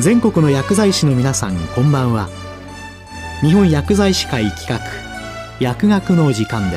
全国の薬剤師の皆さん、こんばんは。日本薬剤師会企画、薬学の時間です。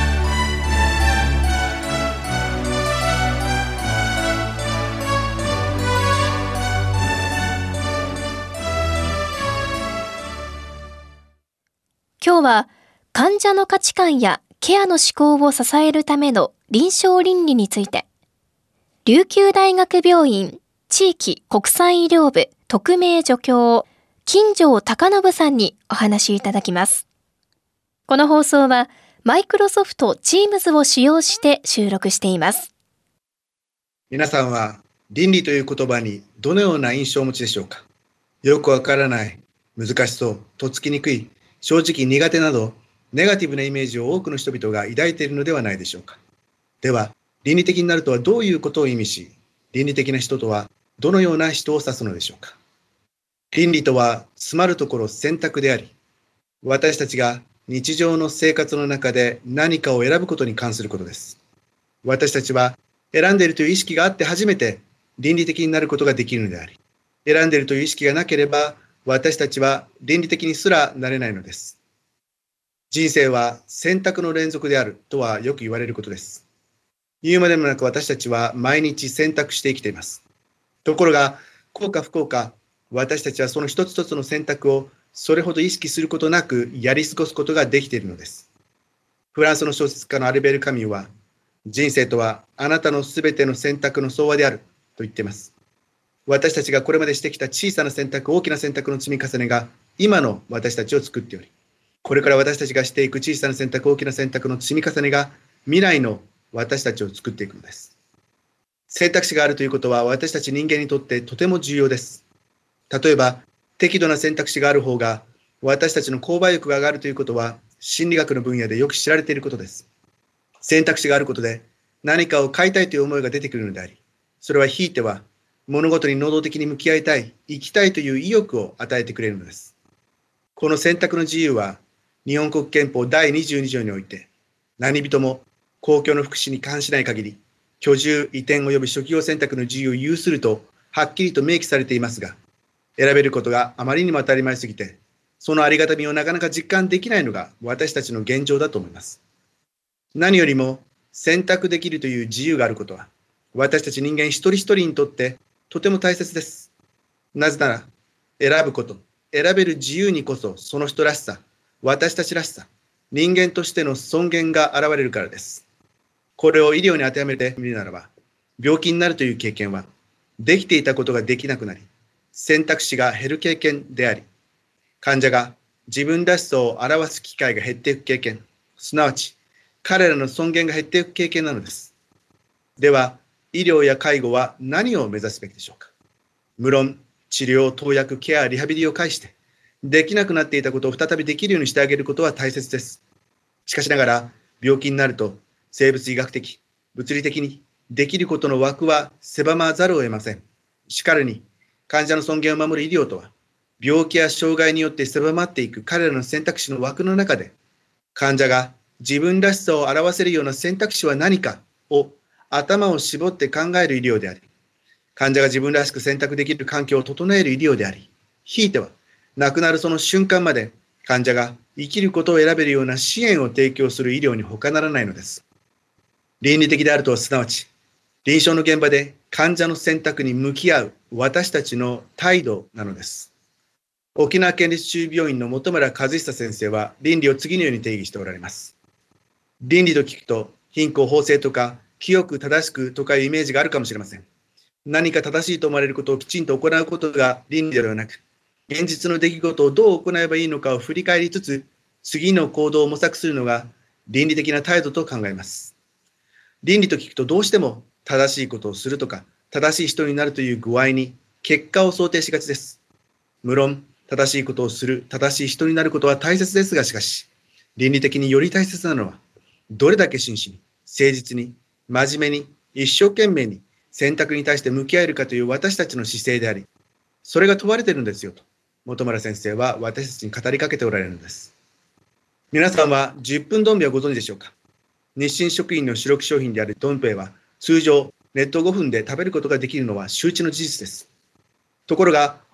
今日は患者の価値観やケアの思考を支えるための臨床倫理について、琉球大学病院地域国際医療部特命助教金城隆信さんにお話しいただきます。この放送はマイクロソフト Teams を使用して収録しています。 皆さんは倫理という言葉にどのような印象をお持ちでしょうか。よくわからない、難しそう、とっつきにくい、正直苦手などネガティブなイメージを多くの人々が抱いているのではないでしょうか。では、倫理的になるとはどういうことを意味し、倫理的な人とはどのような人を指すのでしょうか。倫理とはつまるところ選択であり、私たちが日常の生活の中で何かを選ぶことに関することです。私たちは選んでいるという意識があって初めて倫理的になることができるのであり、選んでいるという意識がなければ私たちは倫理的にすらなれないのです。人生は選択の連続であるとはよく言われることです。言うまでもなく私たちは毎日選択して生きています。ところが、幸か不幸か、私たちはその一つ一つの選択をそれほど意識することなくやり過ごすことができているのです。フランスの小説家のアルベール・カミューは、人生とはあなたのすべての選択の総和であると言っています。私たちがこれまでしてきた小さな選択、大きな選択の積み重ねが今の私たちを作っており、これから私たちがしていく小さな選択、大きな選択の積み重ねが未来の私たちを作っていくのです。選択肢があるということは私たち人間にとってとても重要です。例えば、適度な選択肢がある方が私たちの購買欲が上がるということは心理学の分野でよく知られていることです。選択肢があることで何かを買いたいという思いが出てくるのであり、それはひいては物事に能動的に向き合いたい、生きたいという意欲を与えてくれるのです。この選択の自由は日本国憲法第22条において、何人も公共の福祉に関しない限り、居住、移転及び職業選択の自由を有するとはっきりと明記されていますが、選べることがあまりにも当たり前すぎて、そのありがたみをなかなか実感できないのが私たちの現状だと思います。何よりも選択できるという自由があることは、私たち人間一人一人にとってとても大切です。なぜなら、選ぶこと、選べる自由にこそその人らしさ、私たちらしさ、人間としての尊厳が現れるからです。これを医療に当てはめてみるならば、病気になるという経験は、できていたことができなくなり、選択肢が減る経験であり、患者が自分らしさを表す機会が減っていく経験、すなわち彼らの尊厳が減っていく経験なのです。では、医療や介護は何を目指すべきでしょうか。無論、治療、投薬、ケア、リハビリを介して、できなくなっていたことを再びできるようにしてあげることは大切です。しかしながら、病気になると、生物医学的、物理的にできることの枠は狭まざるを得ません。しかるに、患者の尊厳を守る医療とは、病気や障害によって狭まっていく彼らの選択肢の枠の中で、患者が自分らしさを表せるような選択肢は何かを頭を絞って考える医療であり、患者が自分らしく選択できる環境を整える医療であり、ひいては亡くなるその瞬間まで患者が生きることを選べるような支援を提供する医療に他ならないのです。倫理的であるとはすなわち、臨床の現場で患者の選択に向き合う私たちの態度なのです。沖縄県立中医病院の本村和久先生は倫理を次のように定義しておられます。倫理と聞くと貧困法制とか清く正しくとかいうイメージがあるかもしれません。何か正しいと思われることをきちんと行うことが倫理ではなく、現実の出来事をどう行えばいいのかを振り返りつつ、次の行動を模索するのが倫理的な態度と考えます。倫理と聞くとどうしても正しいことをするとか、正しい人になるという具合に結果を想定しがちです。無論、正しいことをする、正しい人になることは大切ですが、しかし、倫理的により大切なのは、どれだけ真摯に、誠実に、真面目に、一生懸命に選択に対して向き合えるかという私たちの姿勢であり、それが問われているんですよと、本村先生は私たちに語りかけておられるのです。皆さんは10分どん兵衛をご存知でしょうか。日清食品の主力商品であるどん兵衛は、通常熱湯5分で食べることができるのは周知の事実です。ところが、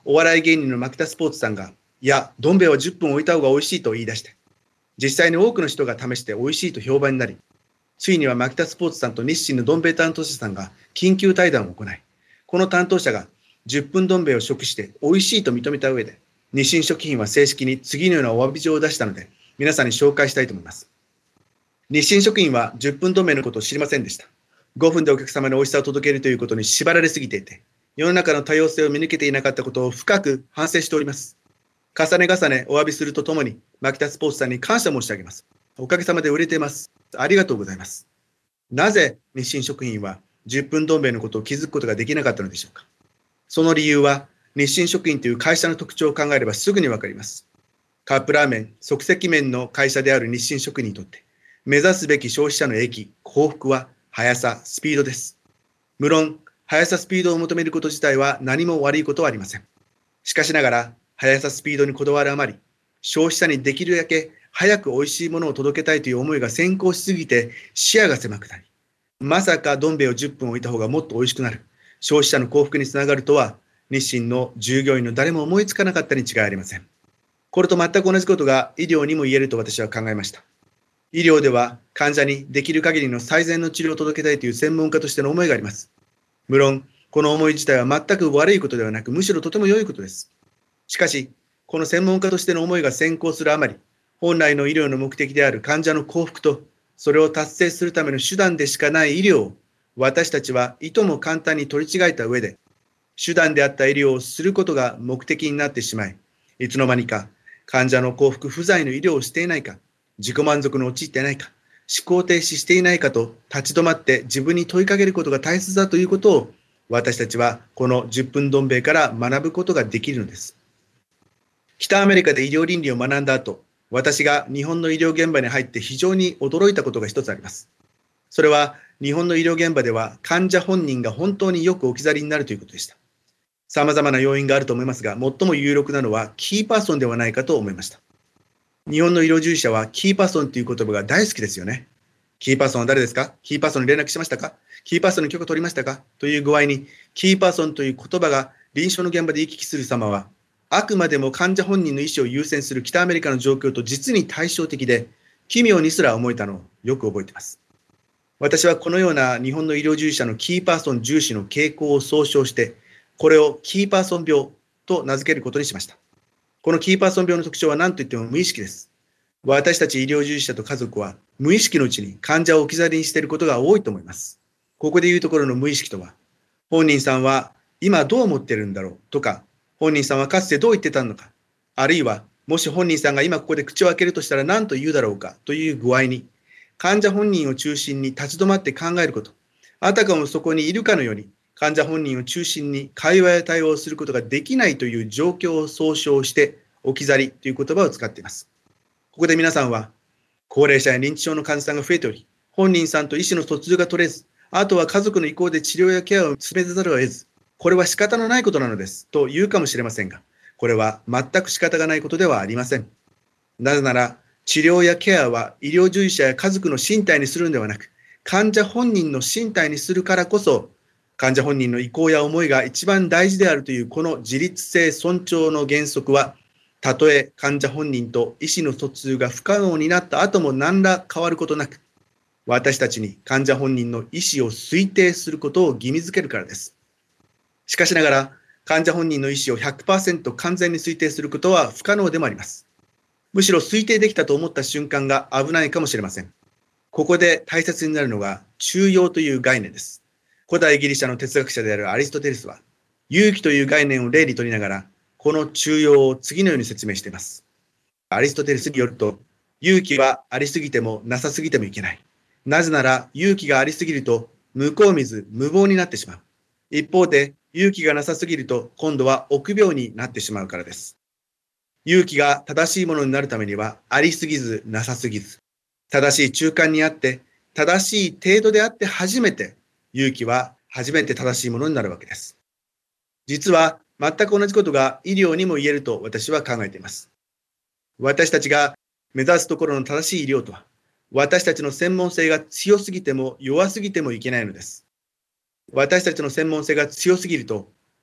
お笑い芸人のマキタスポーツさんが、いや、どん兵衛は10分置いた方が美味しいと言い出して、実際に多くの人が試して美味しいと評判になり、ついにはマキタスポーツさんと日清のどん兵衛担当者さんが緊急対談を行い、この担当者が10分どん兵衛を食して美味しいと認めた上で、日清食品は正式に次のようなお詫び状を出したので、皆さんに紹介したいと思います。日清食品は10分どん兵衛のことを知りませんでした。5分でお客様に美味しさを届けるということに縛られすぎていて、世の中の多様性を見抜けていなかったことを深く反省しております。重ね重ねお詫びするとともに、マキタスポーツさんに感謝申し上げます。おかげさまで売れています。ありがとうございます。なぜ日清食品は10分どん兵衛のことを気づくことができなかったのでしょうか。その理由は、日清食品という会社の特徴を考えればすぐにわかります。カップラーメン、即席麺の会社である日清食品にとって、目指すべき消費者の益、幸福は速さ、スピードです。無論、速さスピードを求めること自体は何も悪いことはありません。しかしながら、速さスピードにこだわるあまり、消費者にできるだけ早く美味しいものを届けたいという思いが先行しすぎて視野が狭くなり、まさかどん兵衛を10分置いた方がもっと美味しくなる、消費者の幸福につながるとは、日清の従業員の誰も思いつかなかったに違いありません。これと全く同じことが医療にも言えると私は考えました。医療では患者にできる限りの最善の治療を届けたいという専門家としての思いがあります。無論、この思い自体は全く悪いことではなく、むしろとても良いことです。しかし、この専門家としての思いが先行するあまり、本来の医療の目的である患者の幸福と、それを達成するための手段でしかない医療を、私たちはいとも簡単に取り違えた上で、手段であった医療をすることが目的になってしまい、いつの間にか患者の幸福不在の医療をしていないか、自己満足に陥っていないか、思考停止していないかと立ち止まって自分に問いかけることが大切だということを、私たちはこの10分どん兵衛から学ぶことができるのです。北アメリカで医療倫理を学んだ後、私が日本の医療現場に入って非常に驚いたことが一つあります。それは日本の医療現場では患者本人が本当によく置き去りになるということでした。様々な要因があると思いますが、最も有力なのはキーパーソンではないかと思いました。日本の医療従事者はキーパーソンという言葉が大好きですよね。キーパーソンは誰ですか？キーパーソンに連絡しましたか？キーパーソンに許可取りましたか？という具合に、キーパーソンという言葉が臨床の現場で行き来する様は、あくまでも患者本人の意思を優先する北アメリカの状況と実に対照的で、奇妙にすら思えたのをよく覚えています。私はこのような日本の医療従事者のキーパーソン重視の傾向を総称して、これをキーパーソン病と名付けることにしました。このキーパーソン病の特徴は何といっても無意識です。私たち医療従事者と家族は無意識のうちに患者を置き去りにしていることが多いと思います。ここでいうところの無意識とは、本人さんは今どう思ってるんだろうとか、本人さんはかつてどう言ってたのか、あるいはもし本人さんが今ここで口を開けるとしたら何と言うだろうかという具合に、患者本人を中心に立ち止まって考えること、あたかもそこにいるかのように患者本人を中心に会話や対応をすることができないという状況を総称して置き去りという言葉を使っています。ここで皆さんは、高齢者や認知症の患者さんが増えており、本人さんと医師の疎通が取れず、あとは家族の意向で治療やケアを進めざるを得ず、これは仕方のないことなのですと言うかもしれませんが、これは全く仕方がないことではありません。なぜなら、治療やケアは医療従事者や家族の身体にするのではなく、患者本人の身体にするからこそ、患者本人の意向や思いが一番大事であるというこの自律性尊重の原則は、たとえ患者本人と医師の疎通が不可能になった後も何ら変わることなく、私たちに患者本人の意思を推定することを義務付けるからです。しかしながら、患者本人の意思を 100% 完全に推定することは不可能でもあります。むしろ推定できたと思った瞬間が危ないかもしれません。ここで大切になるのが中庸という概念です。古代ギリシャの哲学者であるアリストテレスは、勇気という概念を例にとりながら、この中庸を次のように説明しています。アリストテレスによると、勇気はありすぎてもなさすぎてもいけない。なぜなら勇気がありすぎると向こう見ず無謀になってしまう。一方で勇気がなさすぎると今度は臆病になってしまうからです。勇気が正しいものになるためにはありすぎずなさすぎず、正しい中間にあって正しい程度であって初めて勇気は初めて正しいものになるわけです。実は全く同じことが医療にも言えると私は考えています。私たちが目指すところの正しい医療とは、私たちの専門性が強すぎても弱すぎてもいけないのです。私たちの専門性が強すぎると、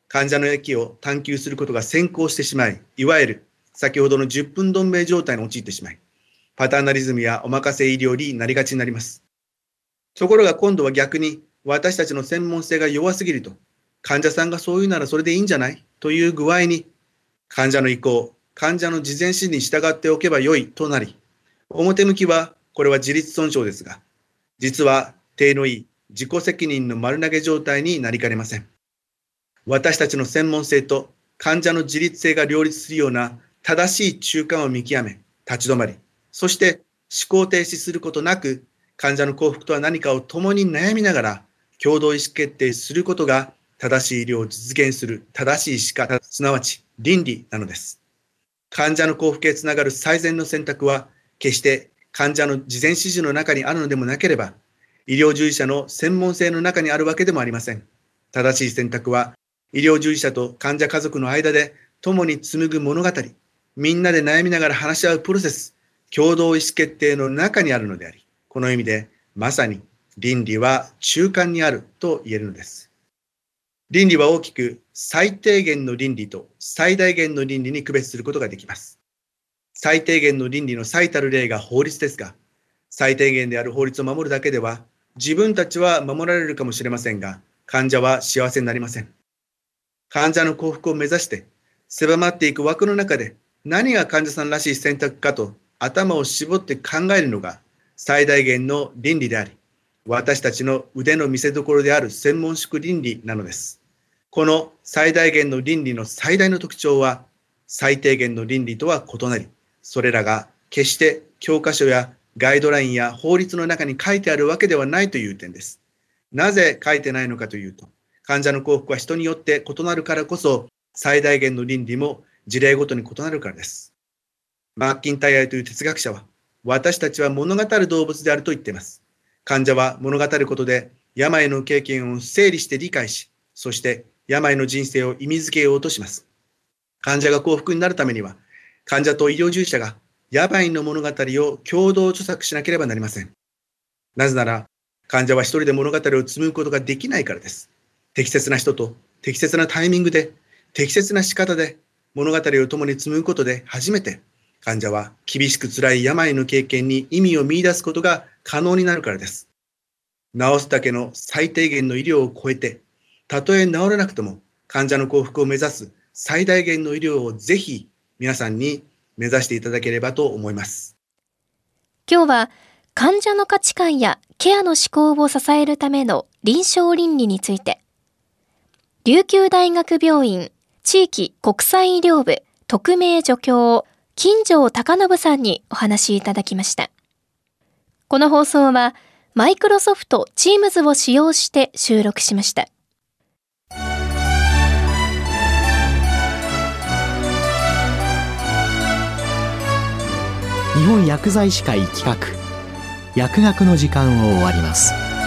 患者の益を探求することが先行してしまい、いわゆる先ほどの10分どん兵衛状態に陥ってしまい、パターナリズムやお任せ医療になりがちになります。ところが今度は逆に私たちの専門性が弱すぎると、患者さんがそういうならそれでいいんじゃないという具合に、患者の意向、患者の事前指示に従っておけばよいとなり、表向きはこれは自律損傷ですが、実は体のいい自己責任の丸投げ状態になりかねません。私たちの専門性と患者の自律性が両立するような正しい中間を見極め、立ち止まり、そして思考停止することなく、患者の幸福とは何かを共に悩みながら、共同意思決定することが正しい医療を実現する正しい仕方、すなわち倫理なのです。患者の幸福へつながる最善の選択は、決して患者の事前指示の中にあるのでもなければ、医療従事者の専門性の中にあるわけでもありません。正しい選択は、医療従事者と患者家族の間で共に紡ぐ物語、みんなで悩みながら話し合うプロセス、共同意思決定の中にあるのであり、この意味でまさに倫理は中間にあると言えるのです。倫理は大きく最低限の倫理と最大限の倫理に区別することができます。最低限の倫理の最たる例が法律ですが、最低限である法律を守るだけでは、自分たちは守られるかもしれませんが、患者は幸せになりません。患者の幸福を目指して、狭まっていく枠の中で、何が患者さんらしい選択かと頭を絞って考えるのが最大限の倫理であり、私たちの腕の見せ所である専門職倫理なのです。この最大限の倫理の最大の特徴は、最低限の倫理とは異なり、それらが決して教科書やガイドラインや法律の中に書いてあるわけではないという点です。なぜ書いてないのかというと、患者の幸福は人によって異なるからこそ、最大限の倫理も事例ごとに異なるからです。マッキンタイヤーという哲学者は、私たちは物語る動物であると言っています。患者は物語ることで病の経験を整理して理解し、そして病の人生を意味づけようとします。患者が幸福になるためには、患者と医療従事者が病の物語を共同著作しなければなりません。なぜなら、患者は一人で物語を紡ぐことができないからです。適切な人と適切なタイミングで、適切な仕方で物語を共に紡ぐことで初めて、患者は厳しく辛い病の経験に意味を見出すことが可能になるからです。治すだけの最低限の医療を超えて、たとえ治らなくとも患者の幸福を目指す最大限の医療をぜひ皆さんに目指していただければと思います。 今日は患者の価値観やケアの思考を支えるための臨床倫理について、琉球大学病院地域国際医療部特命助教金城隆信さんにお話しいただきました。この放送はマイクロソフト Teams を使用して収録しました。 日本薬剤師会企画薬学の時間を終わります。